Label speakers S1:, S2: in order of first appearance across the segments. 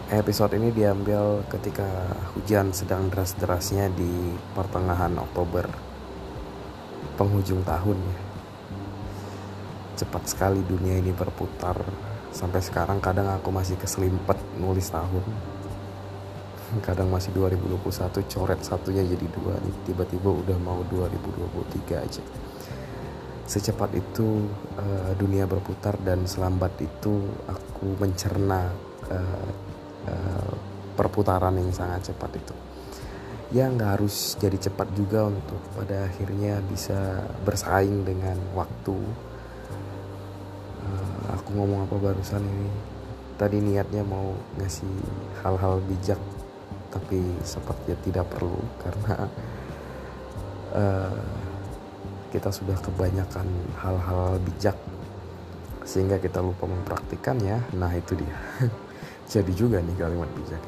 S1: Episode ini diambil ketika hujan sedang deras-derasnya di pertengahan Oktober, penghujung tahun ya. Cepat sekali dunia ini berputar. Sampai sekarang kadang aku masih keselimpet nulis tahun. Kadang masih 2021, coret satunya jadi 2 nih. Tiba-tiba udah mau 2023 aja. Secepat itu dunia berputar, dan selambat itu aku mencerna perputaran yang sangat cepat itu. Ya nggak harus jadi cepat juga untuk pada akhirnya bisa bersaing dengan waktu. Aku ngomong apa barusan ini? Tadi niatnya mau ngasih hal-hal bijak, tapi sepertinya tidak perlu karena kita sudah kebanyakan hal-hal bijak sehingga kita lupa mempraktikannya. Nah itu dia. Jadi juga nih kalimat bijak.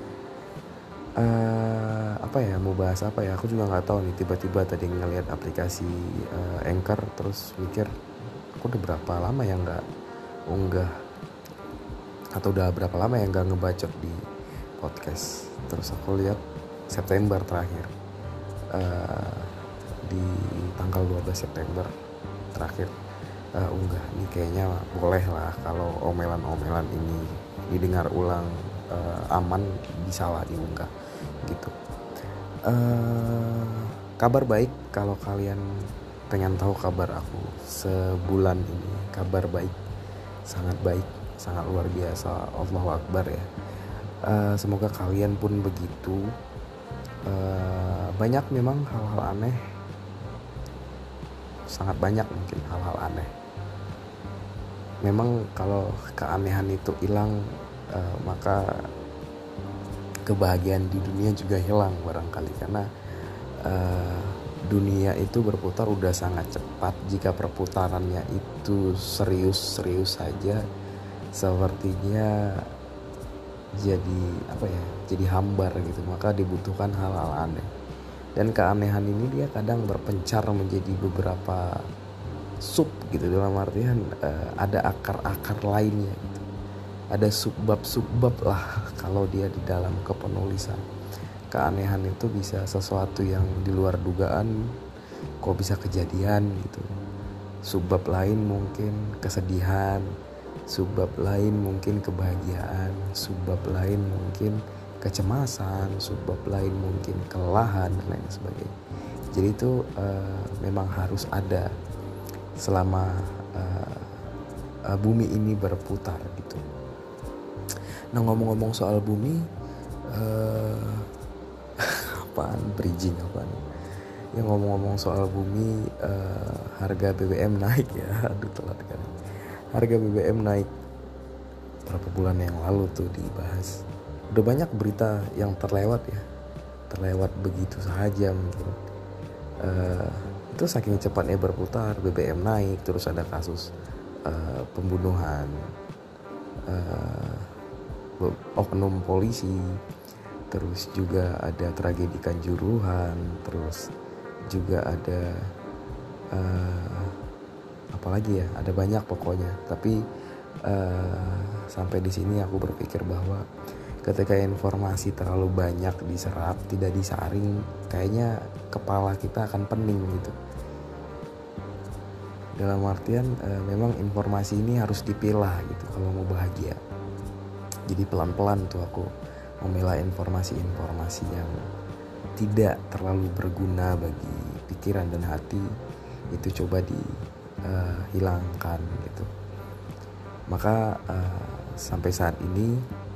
S1: Apa ya, mau bahas apa ya? Aku juga nggak tahu nih. Tiba-tiba tadi ngelihat aplikasi Anchor, terus mikir, aku udah berapa lama ya nggak unggah, atau udah berapa lama ya nggak ngebacot di podcast. Terus aku lihat September terakhir, di tanggal 12 September terakhir unggah. Ini kayaknya boleh lah kalau omelan-omelan ini didengar ulang, aman, bisa lah diunggah gitu. Kabar baik, kalau kalian pengen tahu kabar aku sebulan ini, kabar baik, sangat baik, sangat luar biasa. Allahu Akbar ya. Semoga kalian pun begitu. Banyak memang hal-hal aneh, sangat banyak mungkin hal-hal aneh. Memang kalau keanehan itu hilang, maka kebahagiaan di dunia juga hilang barangkali, karena dunia itu berputar udah sangat cepat. Jika perputarannya itu serius-serius saja, sepertinya jadi jadi hambar gitu. Maka dibutuhkan hal-hal aneh, dan keanehan ini dia kadang berpencar menjadi beberapa sub gitu, dalam artian ada akar-akar lainnya gitu. Ada subbab lah kalau dia di dalam kepenulisan. Keanehan itu bisa sesuatu yang di luar dugaan, kok bisa kejadian gitu. Subbab lain mungkin kesedihan, subbab lain mungkin kebahagiaan, subbab lain mungkin kecemasan, subbab lain mungkin kelelahan dan lain sebagainya. Jadi itu memang harus ada selama bumi ini berputar gitu. Nah, ngomong-ngomong soal bumi, bridging apaan? Ya, ngomong-ngomong soal bumi, harga BBM naik ya. Aduh, telat kan. Harga BBM naik berapa bulan yang lalu tuh dibahas. Udah banyak berita yang terlewat begitu saja mungkin. Itu saking cepatnya berputar, BBM naik, terus ada kasus pembunuhan oknum polisi, terus juga ada tragedi Kanjuruhan, terus juga ada apalagi ya, ada banyak pokoknya. Tapi sampai di sini aku berpikir bahwa ketika informasi terlalu banyak diserap, tidak disaring, kayaknya kepala kita akan pening gitu. Dalam artian memang informasi ini harus dipilah gitu kalau mau bahagia. Jadi pelan-pelan tuh aku memilah informasi-informasi yang tidak terlalu berguna bagi pikiran dan hati, itu coba dihilangkan gitu. Maka sampai saat ini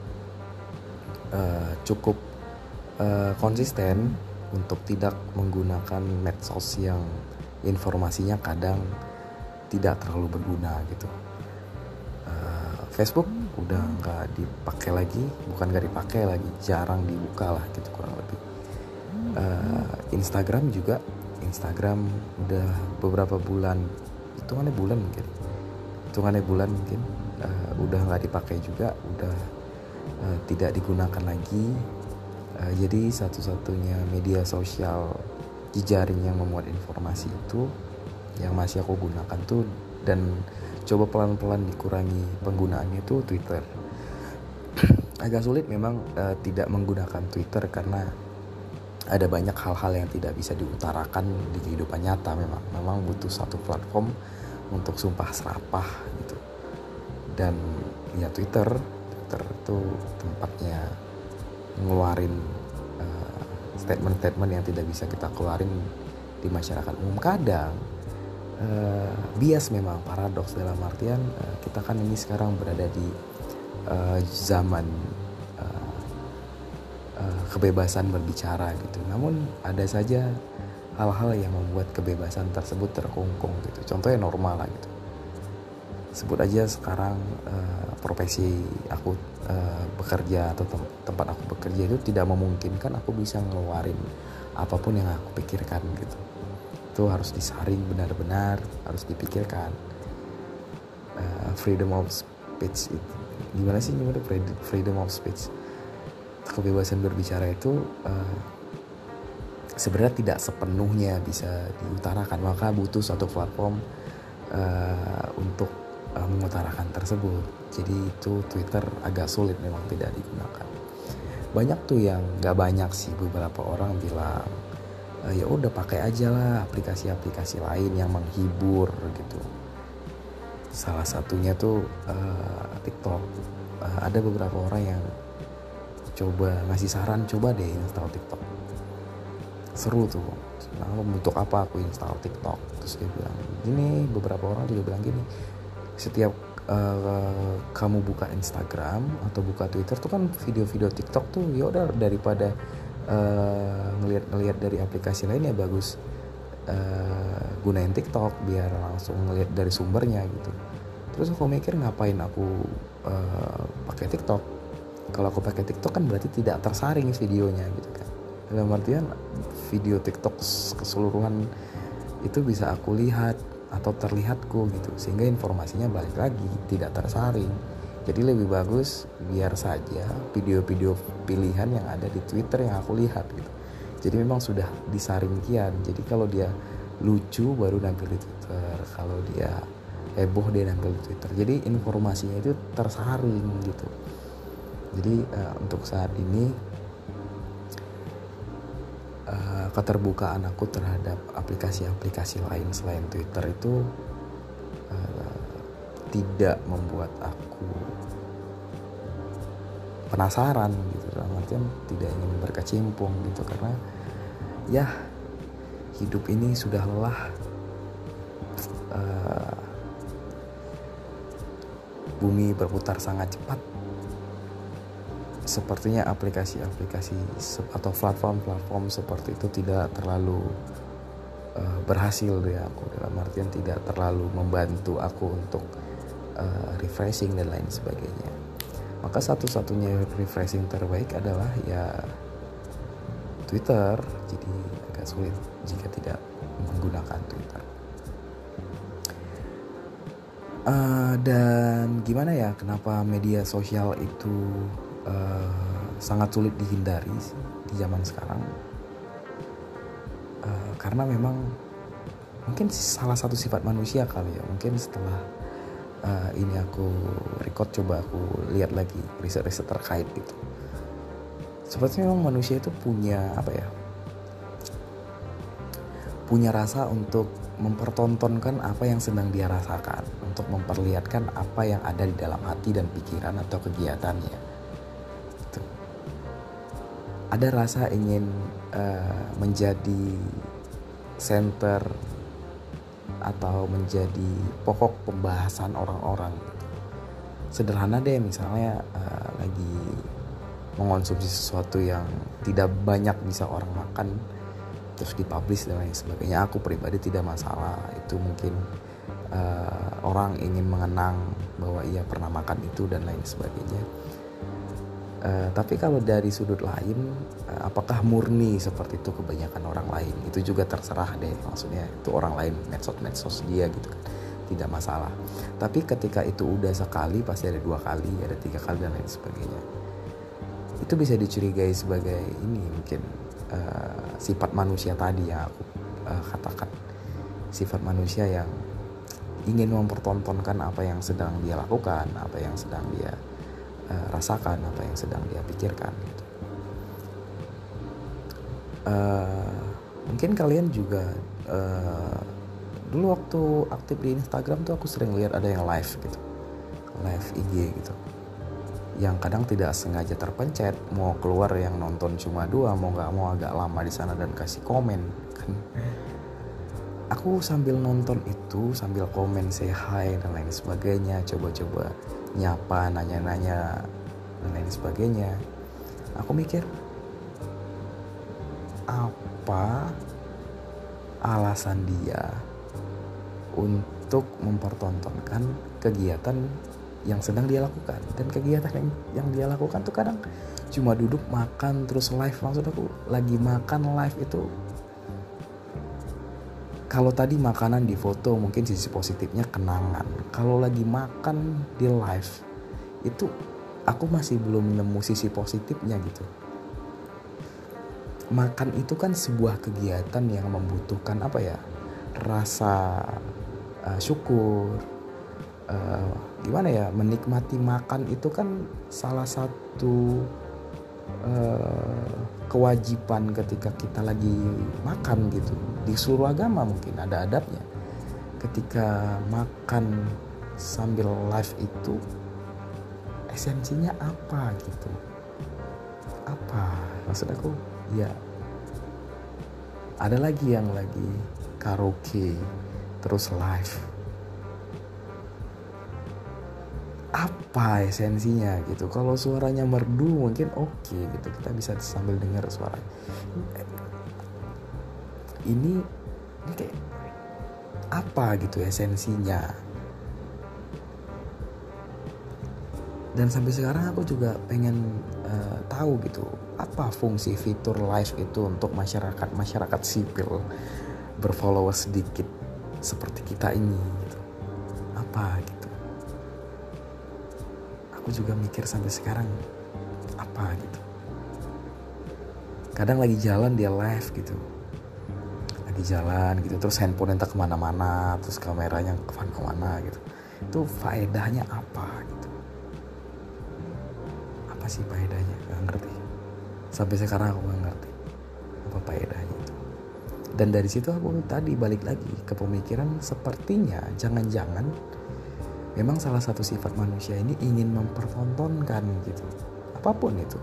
S1: cukup konsisten untuk tidak menggunakan medsos yang informasinya kadang tidak terlalu berguna gitu. Facebook udah nggak dipakai lagi, bukan nggak dipakai lagi, jarang dibuka lah gitu kurang lebih. Instagram udah beberapa bulan, hitungannya bulan mungkin, udah nggak dipakai juga, udah tidak digunakan lagi. Jadi satu-satunya media sosial jejaring yang memuat informasi itu yang masih aku gunakan tuh, dan coba pelan-pelan dikurangi penggunaannya, itu Twitter. agak sulit memang tidak menggunakan Twitter karena ada banyak hal-hal yang tidak bisa diutarakan di kehidupan nyata. Memang butuh satu platform untuk sumpah serapah gitu. Dan ya Twitter itu tempatnya ngeluarin statement-statement yang tidak bisa kita keluarin di masyarakat umum. Kadang bias memang, paradoks dalam artian kita kan ini sekarang berada di zaman kebebasan berbicara gitu. Namun ada saja hal-hal yang membuat kebebasan tersebut terkungkung gitu. Contohnya normal lah gitu. Sebut aja sekarang profesi aku bekerja atau tempat aku bekerja itu tidak memungkinkan aku bisa ngeluarin apapun yang aku pikirkan gitu. Itu harus disaring benar-benar, harus dipikirkan. Freedom of speech itu gimana sih nyebutnya, freedom of speech, kebebasan berbicara itu sebenarnya tidak sepenuhnya bisa diutarakan, maka butuh suatu platform untuk mengutarakan tersebut. Jadi itu Twitter agak sulit memang tidak digunakan. Banyak tuh yang nggak banyak sih, beberapa orang bilang ya udah pakai aja lah aplikasi-aplikasi lain yang menghibur gitu. Salah satunya tuh TikTok. Ada beberapa orang yang coba ngasih saran, coba deh install TikTok. Seru tuh. Nah, untuk apa aku install TikTok? Terus dia bilang gini, beberapa orang juga bilang gini, setiap kamu buka Instagram atau buka Twitter tuh kan video-video TikTok tuh ya udah, daripada ngelihat dari aplikasi lain ya bagus gunain TikTok biar langsung ngelihat dari sumbernya gitu. Terus aku mikir ngapain aku pakai TikTok? Kalau aku pakai TikTok kan berarti tidak tersaring videonya gitu kan. Dalam artian video TikTok keseluruhan itu bisa aku lihat atau terlihatku gitu, sehingga informasinya balik lagi tidak tersaring. Jadi lebih bagus biar saja video-video pilihan yang ada di Twitter yang aku lihat gitu. Jadi memang sudah disaring kian. Jadi kalau dia lucu baru nampil di Twitter, kalau dia heboh dia nampil di Twitter. Jadi informasinya itu tersaring gitu. Jadi untuk saat ini keterbukaan aku terhadap aplikasi-aplikasi lain selain Twitter itu tidak membuat aku penasaran gitu, dalam artian tidak ingin berkecimpung gitu, karena ya hidup ini sudah lelah. Bumi berputar sangat cepat. Sepertinya aplikasi-aplikasi atau platform-platform seperti itu tidak terlalu berhasil dari aku, dalam artian tidak terlalu membantu aku untuk refreshing dan lain sebagainya. Maka satu-satunya refreshing terbaik adalah ya Twitter. Jadi agak sulit jika tidak menggunakan Twitter. Dan gimana ya, kenapa media sosial itu sangat sulit dihindari di zaman sekarang? Karena memang mungkin salah satu sifat manusia kali ya. Mungkin setelah ini aku record, coba aku lihat lagi riset-riset terkait gitu. Sepertinya memang manusia itu punya punya rasa untuk mempertontonkan apa yang sedang dia rasakan, untuk memperlihatkan apa yang ada di dalam hati dan pikiran atau kegiatannya. Gitu. Ada rasa ingin menjadi center atau menjadi pokok pembahasan orang-orang. Sederhana deh, misalnya lagi mengonsumsi sesuatu yang tidak banyak bisa orang makan, terus dipublish dan lain sebagainya. Aku pribadi tidak masalah. Itu mungkin orang ingin mengenang bahwa ia pernah makan itu dan lain sebagainya. Tapi kalau dari sudut lain, apakah murni seperti itu kebanyakan orang lain? Itu juga terserah deh. Maksudnya itu orang lain, medsos dia gitu kan, tidak masalah. Tapi ketika itu udah sekali, pasti ada 2 kali, ada 3 kali dan lain sebagainya. Itu bisa dicurigai sebagai ini mungkin sifat manusia tadi yang aku katakan. Sifat manusia yang ingin mempertontonkan apa yang sedang dia lakukan, apa yang sedang dia rasakan, apa yang sedang dia pikirkan gitu. Mungkin kalian juga dulu waktu aktif di Instagram tuh aku sering lihat ada yang live gitu, live IG gitu, yang kadang tidak sengaja terpencet, mau keluar yang nonton cuma 2, mau nggak mau agak lama di sana dan kasih komen kan. Aku sambil nonton itu, sambil komen, say hi dan lain sebagainya, coba-coba nyapa, nanya-nanya dan lain sebagainya. Aku mikir, apa alasan dia untuk mempertontonkan kegiatan yang sedang dia lakukan? Dan kegiatan yang dia lakukan tuh kadang cuma duduk makan terus live. Maksud aku, lagi makan live itu, kalau tadi makanan di foto mungkin sisi positifnya kenangan, kalau lagi makan di live itu aku masih belum nemu sisi positifnya gitu. Makan itu kan sebuah kegiatan yang membutuhkan rasa syukur, gimana ya, menikmati makan itu kan salah satu kewajiban ketika kita lagi makan gitu. Di seluruh agama mungkin ada adabnya. Ketika makan sambil live itu esensinya apa gitu? Apa? Maksud aku, ya ada lagi yang lagi karaoke terus live. Apa esensinya gitu? Kalau suaranya merdu mungkin oke gitu, kita bisa sambil dengar suaranya. Ini kayak apa gitu esensinya? Dan sampai sekarang aku juga pengen tahu gitu, apa fungsi fitur live itu untuk masyarakat sipil berfollowers sedikit seperti kita ini gitu. Apa gitu? Aku juga mikir sampai sekarang, apa gitu. Kadang lagi jalan dia live gitu, lagi jalan gitu, terus handphone entah kemana-mana, terus kameranya kemana-mana gitu. Itu faedahnya apa gitu? Apa sih faedahnya? Gak ngerti. Sampai sekarang aku gak ngerti apa faedahnya itu. Dan dari situ aku tadi balik lagi ke pemikiran, sepertinya jangan-jangan memang salah satu sifat manusia ini ingin mempertontonkan gitu, apapun itu.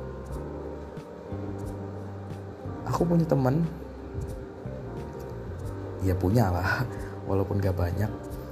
S1: Aku punya teman, ya punya lah, walaupun gak banyak.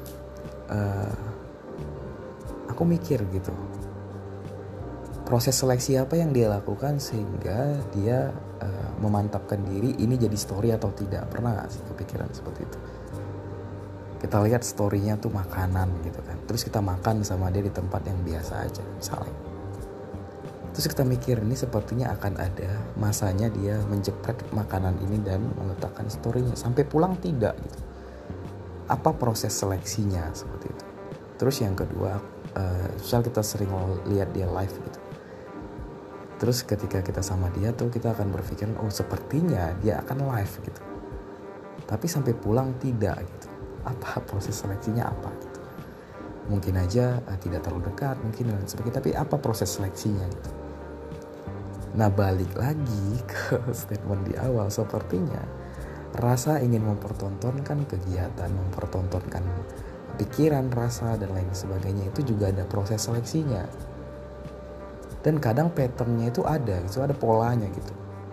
S1: Aku mikir gitu, proses seleksi apa yang dia lakukan sehingga dia memantapkan diri ini jadi story atau tidak. Pernah gak sih kepikiran seperti itu? Kita lihat story-nya tuh makanan gitu kan, terus kita makan sama dia di tempat yang biasa aja misalnya. Terus kita mikir, ini sepertinya akan ada masanya dia menjepret makanan ini dan meletakkan story-nya. Sampai pulang tidak gitu. Apa proses seleksinya seperti itu? Terus yang kedua, misal kita sering lihat dia live gitu, terus ketika kita sama dia tuh kita akan berpikir, oh sepertinya dia akan live gitu, tapi sampai pulang tidak gitu. Apa proses seleksinya apa gitu? Mungkin aja tidak terlalu dekat, mungkin dan sebagainya, tapi apa proses seleksinya gitu? Nah, balik lagi ke statement di awal, sepertinya rasa ingin mempertontonkan kegiatan, mempertontonkan pikiran, rasa dan lain sebagainya itu juga ada proses seleksinya. Dan kadang patternnya itu ada polanya gitu.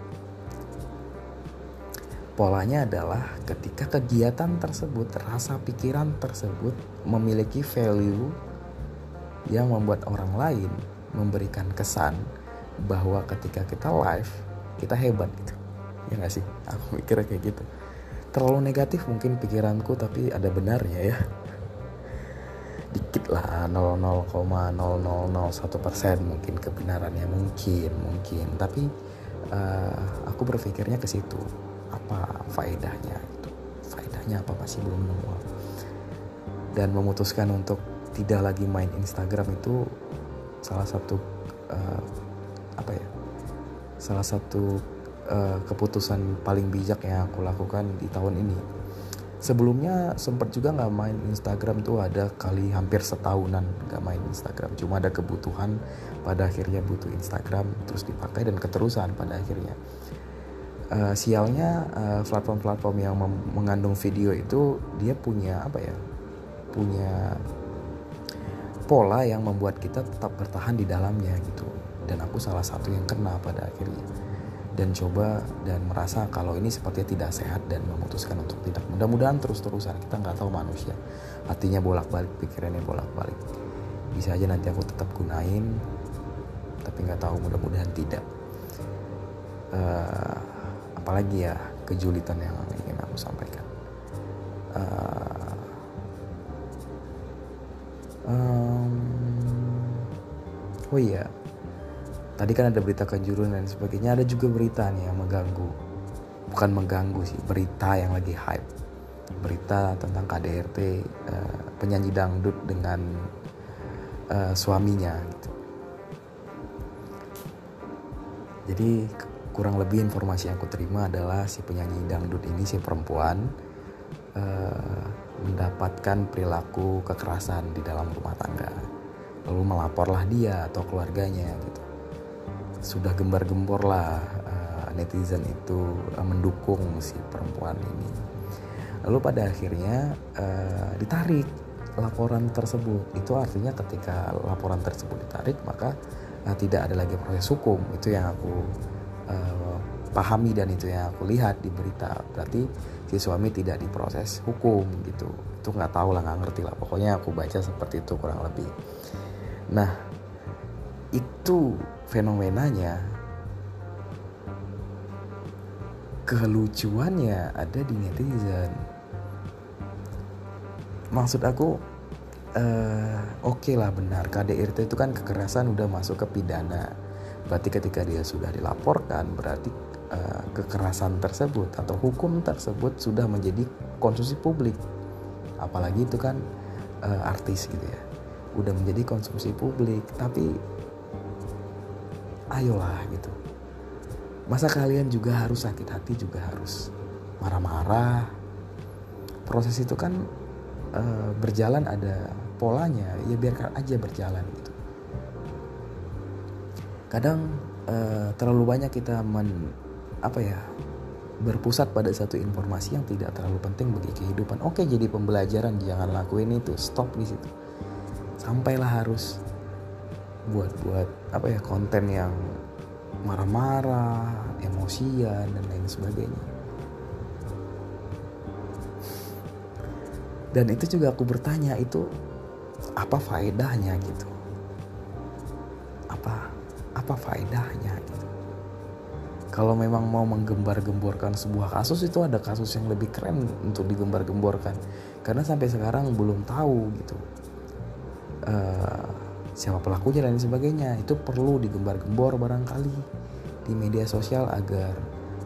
S1: Polanya adalah ketika kegiatan tersebut, rasa pikiran tersebut memiliki value yang membuat orang lain memberikan kesan bahwa ketika kita live, kita hebat gitu. Ya gak sih? Aku mikirnya kayak gitu. Terlalu negatif mungkin pikiranku, tapi ada benarnya ya. Dikit lah, 0,0001% mungkin kebenarannya, mungkin. Tapi aku berpikirnya ke situ. Apa faedahnya gitu. Faedahnya apa, masih belum nemu. Dan memutuskan untuk tidak lagi main Instagram itu salah satu keputusan paling bijak yang aku lakukan di tahun ini. Sebelumnya sempat juga nggak main Instagram tuh, ada kali hampir setahunan nggak main Instagram. Cuma ada kebutuhan, pada akhirnya butuh Instagram, terus dipakai dan keterusan pada akhirnya. Sialnya platform-platform yang mengandung video itu dia punya punya pola yang membuat kita tetap bertahan di dalamnya gitu. Dan aku salah satu yang kena pada akhirnya. Dan coba dan merasa kalau ini sepertinya tidak sehat dan memutuskan untuk tidak. Mudah-mudahan terus-terusan, kita nggak tahu manusia, hatinya bolak-balik, pikirannya bolak-balik. Bisa aja nanti aku tetap gunain, tapi nggak tahu, mudah-mudahan tidak. Apalagi ya kejulitan yang ingin aku sampaikan. Oh iya, tadi kan ada berita kejuruan dan sebagainya, ada juga berita nih yang mengganggu. Bukan mengganggu sih, berita yang lagi hype. Berita tentang KDRT penyanyi dangdut dengan suaminya gitu. Jadi kurang lebih informasi yang aku terima adalah si penyanyi dangdut ini, si perempuan, mendapatkan perilaku kekerasan di dalam rumah tangga. Lalu melaporlah dia atau keluarganya gitu. Sudah gembar-gembor lah netizen itu mendukung si perempuan ini. Lalu pada akhirnya ditarik laporan tersebut. Itu artinya ketika laporan tersebut ditarik, maka tidak ada lagi proses hukum. Itu yang aku pahami dan itu yang aku lihat di berita. Berarti si suami tidak diproses hukum gitu. Itu nggak tahu lah, nggak ngerti lah. Pokoknya aku baca seperti itu kurang lebih. Nah, itu fenomenanya, kelucuannya ada di netizen. Maksud aku oke lah, benar, KDRT itu kan kekerasan udah masuk ke pidana. Berarti ketika dia sudah dilaporkan, berarti kekerasan tersebut atau hukum tersebut sudah menjadi konsumsi publik. Apalagi itu kan artis gitu ya, udah menjadi konsumsi publik. Tapi ayolah gitu, masa kalian juga harus sakit hati, juga harus marah-marah? Proses itu kan berjalan, ada polanya, ya biarkan aja berjalan gitu. Kadang terlalu banyak kita berpusat pada satu informasi yang tidak terlalu penting bagi kehidupan. Oke, jadi pembelajaran, jangan lakuin itu, stop di situ. Sampailah harus buat konten yang marah-marah, emosian dan lain sebagainya. Dan itu juga aku bertanya, itu apa faedahnya gitu? Apa faedahnya gitu? Kalau memang mau menggembar-gemborkan sebuah kasus, itu ada kasus yang lebih keren untuk digembar-gemborkan. Karena sampai sekarang belum tahu gitu siapa pelakunya dan sebagainya. Itu perlu digembar-gembor barangkali di media sosial agar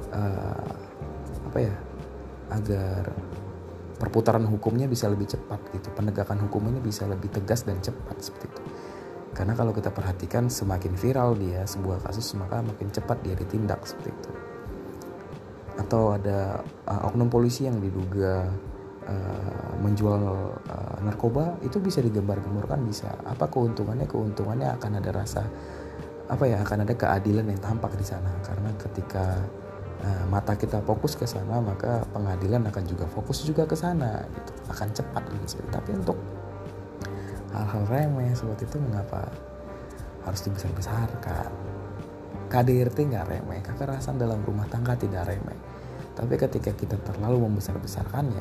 S1: agar perputaran hukumnya bisa lebih cepat gitu, penegakan hukumnya bisa lebih tegas dan cepat seperti itu. Karena kalau kita perhatikan, semakin viral dia sebuah kasus, maka makin cepat dia ditindak seperti itu. Atau ada oknum polisi yang diduga menjual narkoba, itu bisa digembar-gemborkan, bisa. Apa keuntungannya? Keuntungannya akan ada akan ada keadilan yang tampak di sana. Karena ketika mata kita fokus ke sana, maka pengadilan akan juga fokus juga ke sana gitu. Akan cepat gitu. Tapi untuk hal-hal remeh seperti itu, mengapa harus dibesar-besarkan? KDRT nggak remeh, kekerasan dalam rumah tangga tidak remeh. Tapi ketika kita terlalu membesar-besarkannya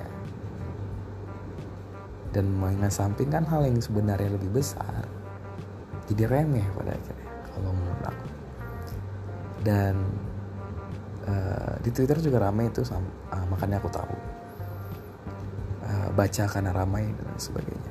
S1: dan mengesampingkan hal yang sebenarnya lebih besar, jadi remeh pada akhirnya kalau menurut aku. Dan di Twitter juga ramai itu, makanya aku tahu, baca karena ramai dan sebagainya.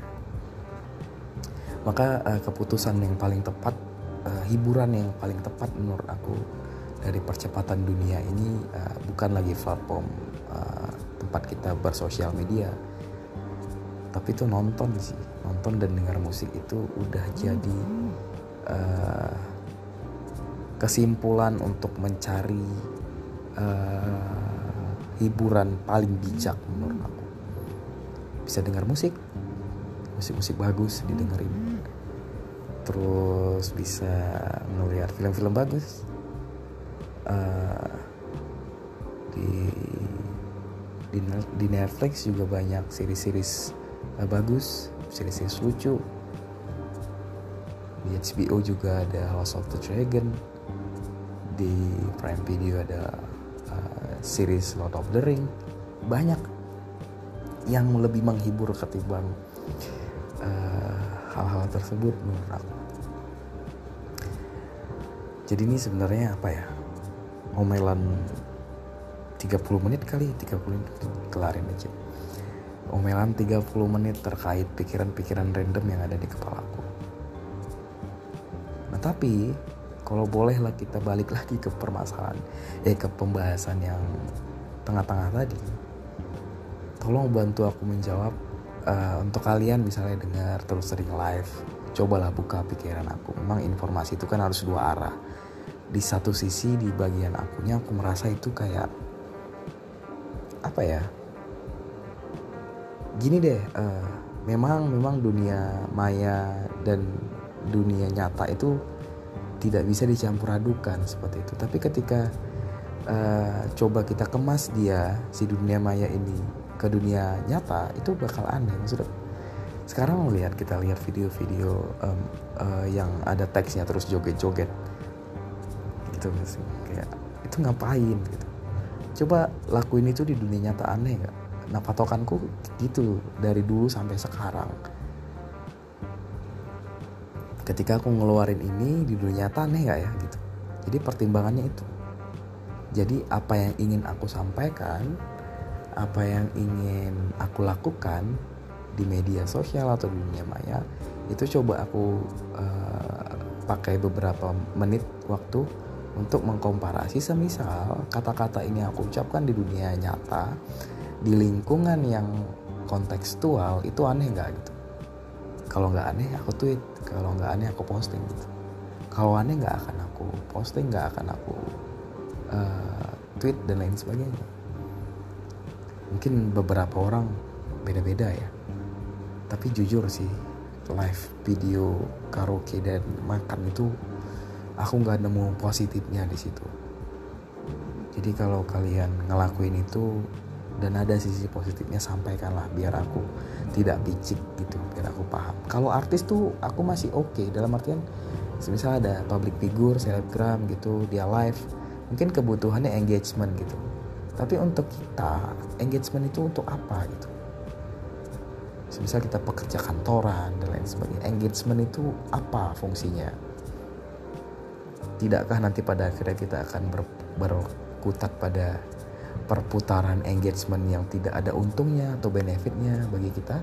S1: Maka keputusan yang paling tepat, hiburan yang paling tepat menurut aku dari percepatan dunia ini bukan lagi platform tempat kita bersosial media, tapi itu nonton dan dengar musik. Itu udah jadi kesimpulan untuk mencari hiburan paling bijak menurut aku. bisa dengar musik bagus didengerin, terus bisa ngelihat film-film bagus. Di Netflix juga banyak series-series bagus, series-series lucu. Di HBO juga ada House of the Dragon. Di Prime Video ada series Lord of the Ring. Banyak yang lebih menghibur ketimbang hal-hal tersebut menurut aku. Jadi ini sebenarnya apa ya, omelan 30 menit kali, 30 menit kelarin aja. Omelan 30 menit terkait pikiran-pikiran random yang ada di kepalaku. Nah tapi kalau bolehlah kita balik lagi ke permasalahan, ke pembahasan yang tengah-tengah tadi. Tolong bantu aku menjawab. Untuk kalian misalnya dengar terus sering live, cobalah buka pikiran aku. Memang informasi itu kan harus dua arah. Di satu sisi di bagian akunya aku merasa itu kayak apa ya? Gini deh, memang dunia maya dan dunia nyata itu tidak bisa dicampur adukan seperti itu. Tapi ketika coba kita kemas dia, si dunia maya ini ke dunia nyata, itu bakal aneh. Maksudnya sekarang kita lihat video-video yang ada teksnya terus joget-joget gitu, kayak itu ngapain gitu. Coba lakuin itu di dunia nyata, aneh gak? Nah patokanku gitu dari dulu sampai sekarang. Ketika aku ngeluarin ini di dunia nyata, aneh gak ya gitu. Jadi pertimbangannya itu. Jadi apa yang ingin aku sampaikan, apa yang ingin aku lakukan di media sosial atau di dunia maya, itu coba aku pakai beberapa menit waktu untuk mengkomparasi. Semisal kata-kata ini aku ucapkan di dunia nyata, di lingkungan yang kontekstual, itu aneh gak gitu. Kalau gak aneh aku tweet, kalau gak aneh aku posting gitu. Kalau aneh gak akan aku posting, gak akan aku tweet dan lain sebagainya. Mungkin beberapa orang beda-beda ya. Tapi jujur sih, live video karaoke dan makan itu aku nggak nemu positifnya di situ. Jadi kalau kalian ngelakuin itu dan ada sisi positifnya, sampaikanlah biar aku tidak picik gitu, biar aku paham. Kalau artis tuh aku masih oke, dalam artian misal ada public figure, selebgram gitu, dia live, mungkin kebutuhannya engagement gitu. Tapi untuk kita, engagement itu untuk apa gitu? Misal kita pekerja kantoran dan lain sebagainya, engagement itu apa fungsinya? Tidakkah nanti pada akhirnya kita akan berkutat pada perputaran engagement yang tidak ada untungnya atau benefitnya bagi kita?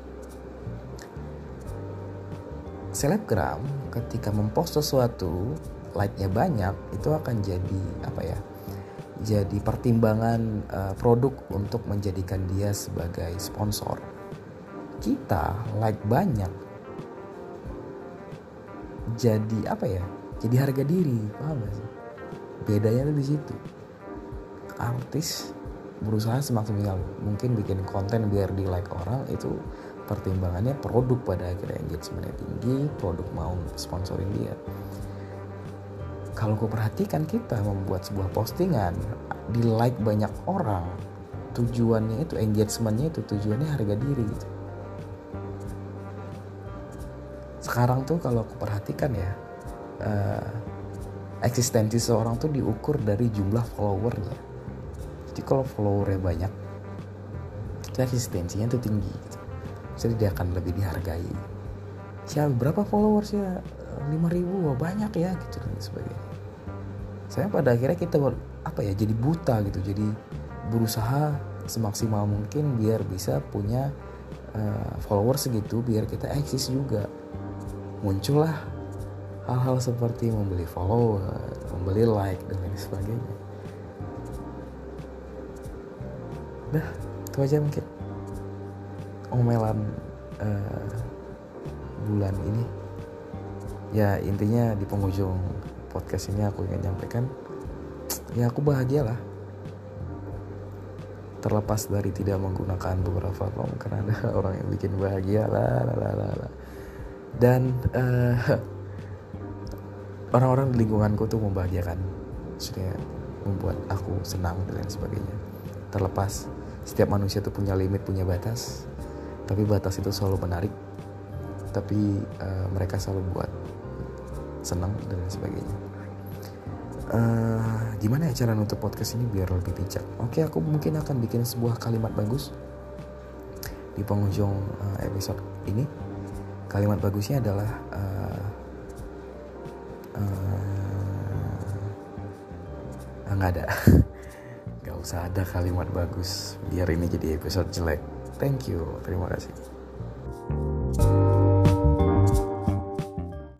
S1: Selebgram ketika mempost sesuatu, like-nya banyak, itu akan jadi apa ya? Jadi pertimbangan produk untuk menjadikan dia sebagai sponsor. Kita like banyak, jadi apa ya? Jadi harga diri, paham gak sih? Bedanya tuh di situ. Artis berusaha semaksimal mungkin bikin konten biar di like orang, itu pertimbangannya produk, pada akhirnya engagementnya tinggi, produk mau sponsorin dia. Kalau gue perhatikan, kita membuat sebuah postingan di like banyak orang, tujuannya itu engagementnya itu tujuannya harga diri gitu. Sekarang tuh kalau aku perhatikan ya, eksistensi seorang tuh diukur dari jumlah followernya. Jadi kalau followernya banyak, eksistensinya tuh tinggi gitu. Jadi dia akan lebih dihargai. Siapa berapa followersnya? 5.000, wah banyak ya gitu dan sebagainya. Saya pada akhirnya kita jadi buta gitu. Jadi berusaha semaksimal mungkin biar bisa punya followers segitu, biar kita eksis juga. Muncullah hal-hal seperti membeli follower, membeli like dan lain sebagainya. Dah, itu aja mungkin omelan bulan ini. Ya intinya di penghujung podcast ini aku ingin nyampaikan, ya aku bahagia lah. terlepas dari tidak menggunakan beberapa platform karena ada orang yang bikin bahagia lah. Dan orang-orang di lingkunganku tuh membahagiakan, sudah membuat aku senang dan lain sebagainya. Terlepas setiap manusia tuh punya limit, punya batas, tapi batas itu selalu menarik, tapi mereka selalu buat senang dan lain sebagainya. Gimana ya cara nutup podcast ini biar lebih bijak? Oke, aku mungkin akan bikin sebuah kalimat bagus di penghujung episode ini. Kalimat bagusnya adalah nggak ada. Nggak usah ada kalimat bagus biar ini jadi episode jelek. Thank you, terima kasih.